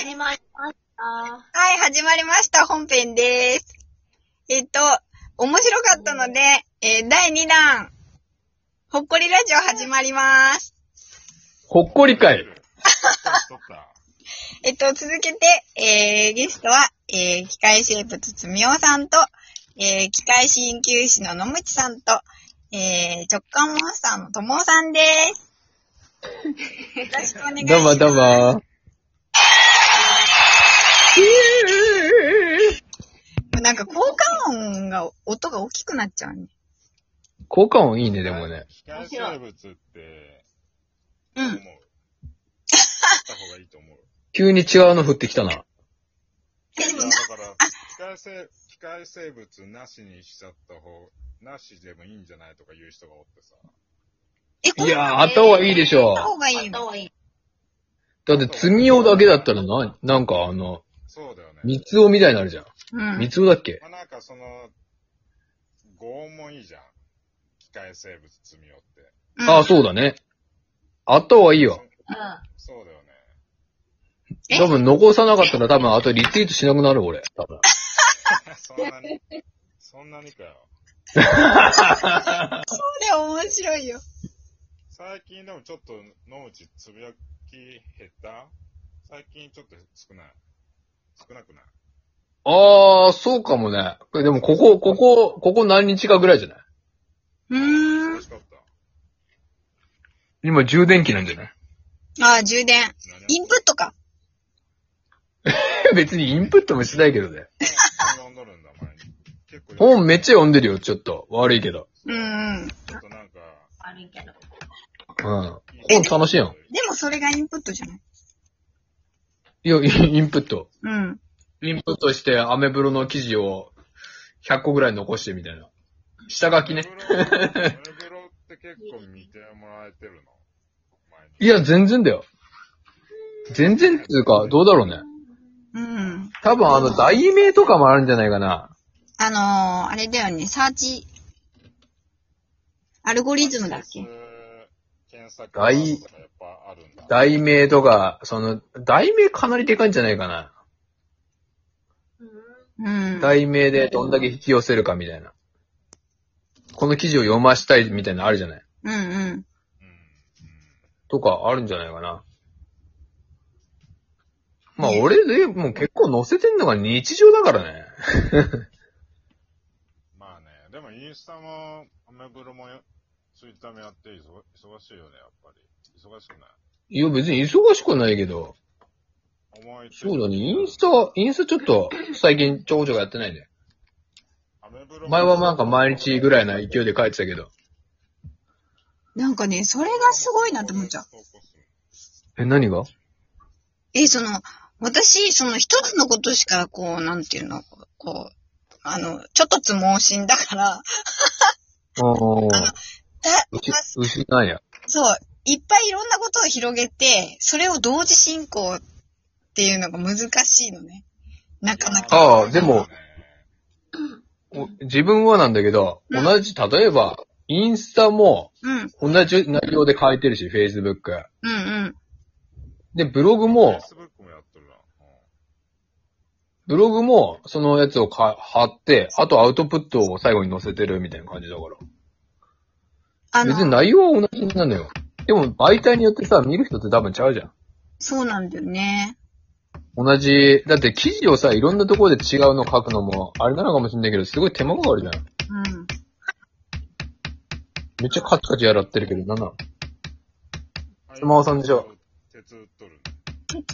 始まりました。 はい、始まりました。本編です。面白かったので、第2弾、ほっこりラジオ始まります。 ほっこり会。 続けて、ゲストは、機械生物つみおさんと、機械鍼灸師の野口さんと、直感マスターのともさんです。よろしくお願いします。 どうもどうも。 なんか効果音が、音が大きくなっちゃうね。 効果音いいね、でもね。 機械生物って、 うん。 思う。した方がいいと思う。 急に違うの降ってきたな。 だから、機械生物なしにしちゃった方、なしでもいいんじゃないとか言う人がおってさ。 いやー、あった方がいいでしょ。 あった方がいいよ。 だって、積みようだけだったらなんかそうだよね。 三つおみたいになるじゃん。 うん。 三つおだっけ？ まあ、なんか語音もいいじゃん。機械生物積みよって。 ああ、そうだね。あった方がいいよ。 そうだよえ多分残さなかったら多分あとリツイートしなくなる俺。多分。 ね。そんなにかよ。 それ面白いよ。 最近でもちょっと野内つぶやき減った最近ちょっと少なくないああ、そうかもね。でもここ何日かぐらいじゃない？ 楽しかった。 今充電器なんじゃない？ ああ、充電。インプットか。 別にインプットもしないけどね。 本読んどるんだ、前に。結構本めっちゃ読んでるよ、ちょっと。悪いけど。 うん。 ちょっとなんか、 悪いけど。 うん。本楽しいよ。 でもそれがインプットじゃない？ いや、インプット。 うん。 インプットして、アメブロの記事を100個ぐらい残してみたいな。下書きね。 アメブロって結構見てもらえてるの前に。 いや、全然だよ。全然っていうか、どうだろうね。 うん。 多分題名とかもあるんじゃないかな。 あれだよね、サーチ、アルゴリズムだっけ？ 検索ワードとかやっぱあるんだ。 題名とか、題名かなりでかいんじゃないかな。 うん。 題名でどんだけ引き寄せるかみたいな。この記事を読ましたいみたいなのあるじゃない。 うんうん。 うん。 とかあるんじゃないかな。まあ俺でもう結構載せてんのが日常だからね。 まあね、でもインスタもアメブロもツイッターもやって忙しいよね、やっぱり。忙しくない？ いや別に忙しくないけど。そうだね、インスタちょっと最近ちょこちょこやってないね。前はなんか毎日ぐらいな勢いで書いてたけど。 なんかね、それがすごいなって思っちゃう。 何が？ 私、一つのことしか、なんていうの、ちょっとつ盲信だから、 牛なんや。 そう、いっぱいいろんなことを広げて、それを同時進行っていうのが難しいのね。なかなか。 ああ、でも、自分はなんだけど、 うん例えば、インスタも、 うん。 同じ内容で書いてるし、Facebook。 うんうん。 で、ブログも、そのやつを貼って、あとアウトプットを最後に載せてるみたいな感じだから。別に内容は同じなのよ。でも媒体によってさ、見る人って多分ちゃうじゃん。 そうなんだよね。 同じ、だって記事をさ、いろんなところで違うの書くのも、あれなのかもしれないけど、すごい手間がかかるじゃん。 うん。 めっちゃカチカチやらってるけど、なんなの？スマホさんでしょ。 鉄売っとる。 鉄？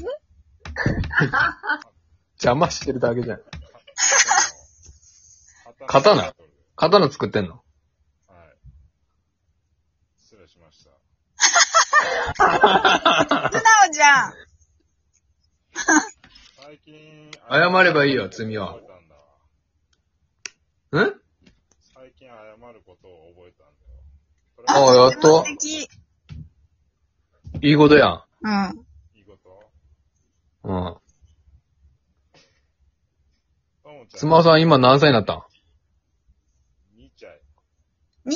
邪魔してるだけじゃん。刀作ってんの？ はい。失礼しました。 素直じゃん。 最近、 謝ればいいよ、罪は。ん？ 最近謝ることを覚えたんだよ。 ああ、やっと。 素敵。 いいことやん。 うん。 いいこと？ うん。スマホさん今何歳になったん ？2歳。 2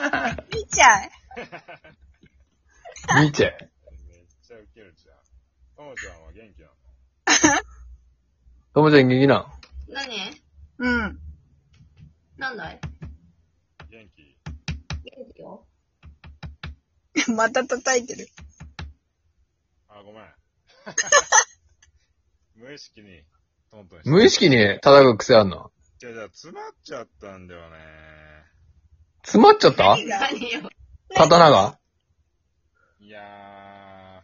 歳。2歳。 見ちゃえ。 めっちゃウケるじゃん。 ともちゃんは元気なの？ ともちゃん元気な。 何うん。 なんだい元気？ 元気よ。 また叩いてる。 あ、ごめん。無意識に、トントンして。 無意識に叩く癖あんの？ じゃあ、詰まっちゃったんだよね。 詰まっちゃった何よ。 刀がいやー、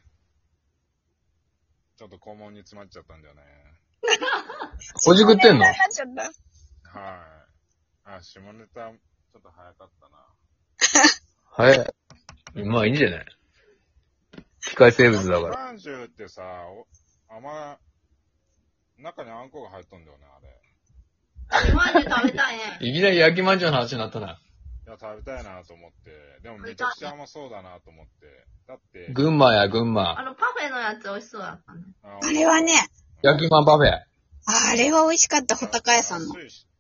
ちょっと肛門に詰まっちゃったんだよね。 ほじくってんの？ なっちゃった。 はい。あ、下ネタ、ちょっと早かったな。 はい。まあいいんじゃない？機械生物だから。 まんじゅうってさ、中にあんこが入っとんだよね、あれ。 まんじゅう食べたいね。 いきなり焼きまんじゅうの話になったな。 いや、食べたいなと思って。でもめちゃくちゃ甘そうだなと思って。だって。 群馬や群馬。 パフェのやつ美味しそうだったね。 あれはね、 焼きまんパフェ。 あれは美味しかった、穂高屋さんの。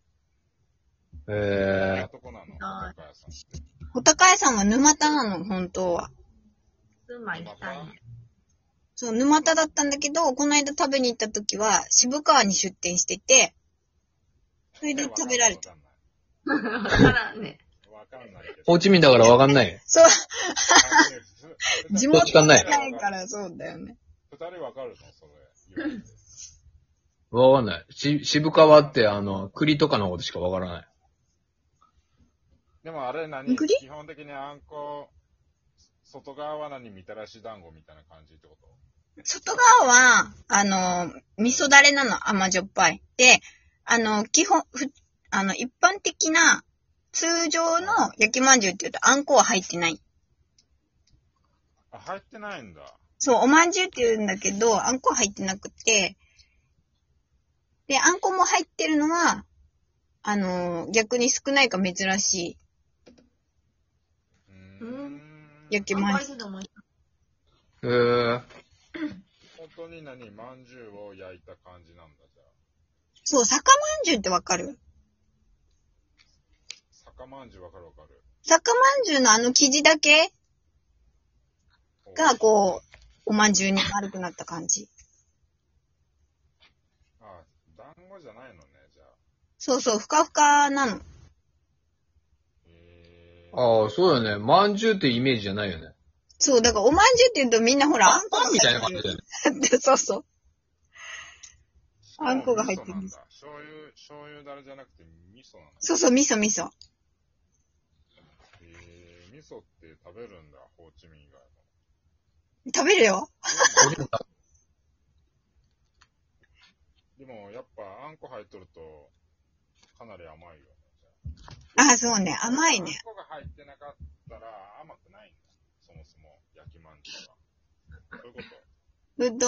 どこなの？穂高屋さんって。 穂高屋さんは沼田なの、本当は。 群馬行きたいね。 そう、沼田だったんだけど、この間食べに行った時は、渋川に出店してて、それで食べられた。 わからんね。 わかんないけど。 ホーチミンだからわかんない。 そう。地元しかないないからそうだよね。 二人わかるのそれ。 わかんない。渋川って栗とかのことしかわからない。 でもあれ基本的にあんこ、外側はみたらし団子みたいな感じってこと？ 外側は、味噌だれなの、甘じょっぱい。で、基本、一般的な、通常の焼きまんじゅうって言うと、あんこは入ってない。 あ、入ってないんだ。 そう、おまんじゅうって言うんだけど、あんこは入ってなくて、で、あんこも入ってるのは、逆に少ないか珍しい。焼きまんじゅう。 本当にまんじゅうを焼いた感じなんだ、じゃあ。 そう、酒まんじゅうってわかる？ 酒まんじゅうわかる。 酒まんじゅうの生地だけが、こう、おまんじゅうに丸くなった感じ。 あ、団子じゃないのね、じゃあ。 そうそう、ふかふかなの。 ああ、そうだよね。まんじゅうってイメージじゃないよね。 そう、だからおまんじゅうって言うとみんなほら、あんこパンみたいな感じだよね。 そうそう。あんこが入ってるんです。 醤油だれじゃなくて味噌なの？ そうそう、味噌。 味噌って食べるんだ、ホーチミン以外も。 食べるよ。 でも、やっぱ、あんこ入っとると、かなり甘いよね。 あ、そうね、甘いね。 あんこが入ってなかったら甘くないんだ。そもそも、焼きまんじゅうは。そういうこと？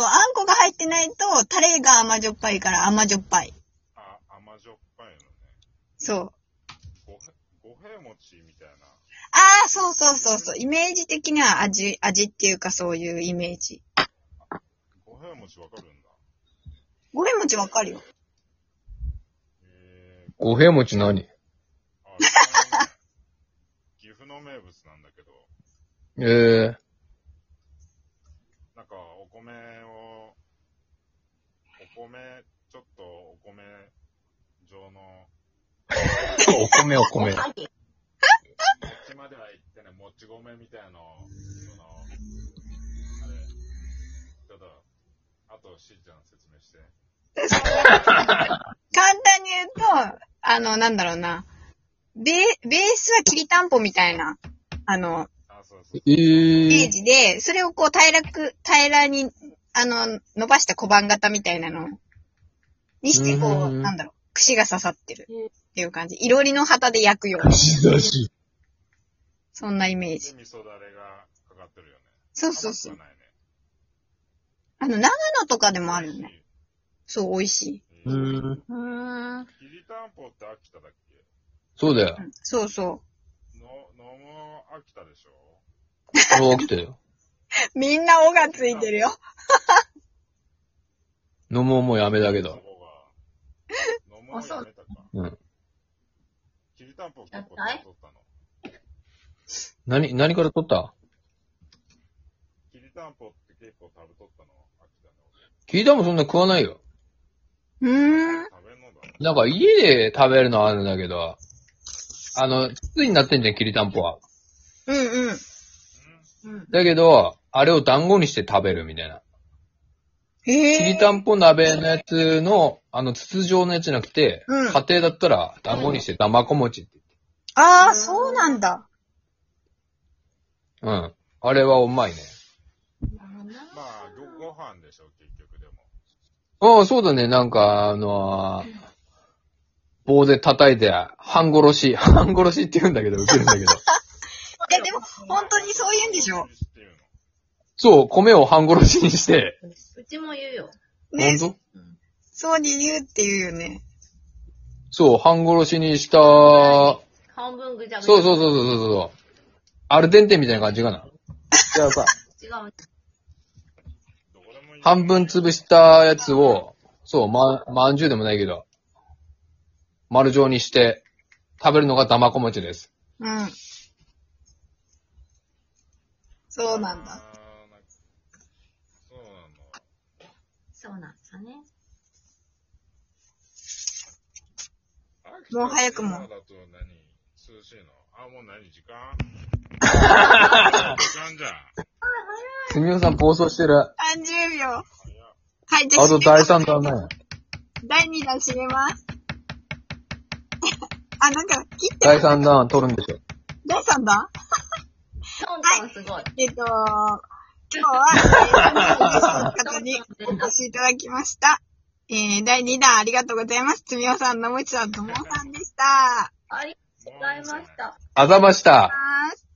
あんこが入ってないと、タレが甘じょっぱいから甘じょっぱい。 あ、甘じょっぱいのね。 そう。 五平餅みたいな。 ああ、そう。イメージ的には味っていうかそういうイメージ。 五平餅わかるんだ。 五平餅わかるよ。 五平餅何？ 岐阜の名物なんだけど。なんか、お米、ちょっとお米状の。 お米。 こっちまでは行ってね、もち米みたいなの、あれ、ちょっと、あと、しーちゃん説明して。 簡単に言うと、なんだろうな。ベースはきりたんぽみたいな、 そうイメージで、それをこう平らに、伸ばした小判型みたいなのにして、こう、なんだろう、串が刺さってるっていう感じ。いろりの旗で焼くような。そんなイメージ。 で、味噌だれがかかってるよね。 そう。長野とかでもあるよね。そう、美味しい。 きりたんぽって秋田だっけ？ そうだよ。 そう。 飲む秋田でしょ？ 秋田よ。 みんな「お」がついてるよ。 飲もうもうやめだけど。 飲もうやめたか。 うん。 きりたんぽ結構取ったの？ 何から取った？ きりたんぽって結構食べとったの？秋田の。 きりたんぽそんな食わないよ。 食べんのだ。 なんか家で食べるのはあるんだけど、筒になってんじゃん、きりたんぽは。 うんうん。 うん。 だけど、あれを団子にして食べるみたいな。 へきりたんぽ鍋のやつの、筒状のやつじゃなくて、 うん家庭だったら団子にして玉子餅ってああ、そうなんだ。 言って。うん。あれはうまいね。 まあ、ご飯でしょ、結局でも。 ああ、そうだね。なんか、棒で叩いて、半殺しって言うんだけど、受けるんだけど。 でも、本当にそう言うんでしょ？ っていうの。 そう、米を半殺しにして、 うちも言うよ。 ね。 ほんとそうに言うって言うよね。 そう、半殺しにした、そ半分ぐちゃぐちゃ。 うそう。アルデンテみたいな感じかな。違うか。 違う。 どこでもいい。 半分潰したやつを、そう、まんじゅうでもないけど、丸状にして、食べるのが玉子餅です。 うん。そうなんだ。 そうなの。 そうなんですね。 もう早くもだと何涼しいの？あ、もう何時間時間じゃん。 すみおさん暴走してる。 30秒。 早っ。 はい、じゃああと第3弾ね。 第2弾閉めます。あ、なんか、切って第3弾取るんでしょ。 第3弾トントンすごい。 今日は、方にお越しいただきました。第2弾ありがとうございます。つみおさん、のむちさん、ともさんでした。 ありがとうございました。 あざました。 ます。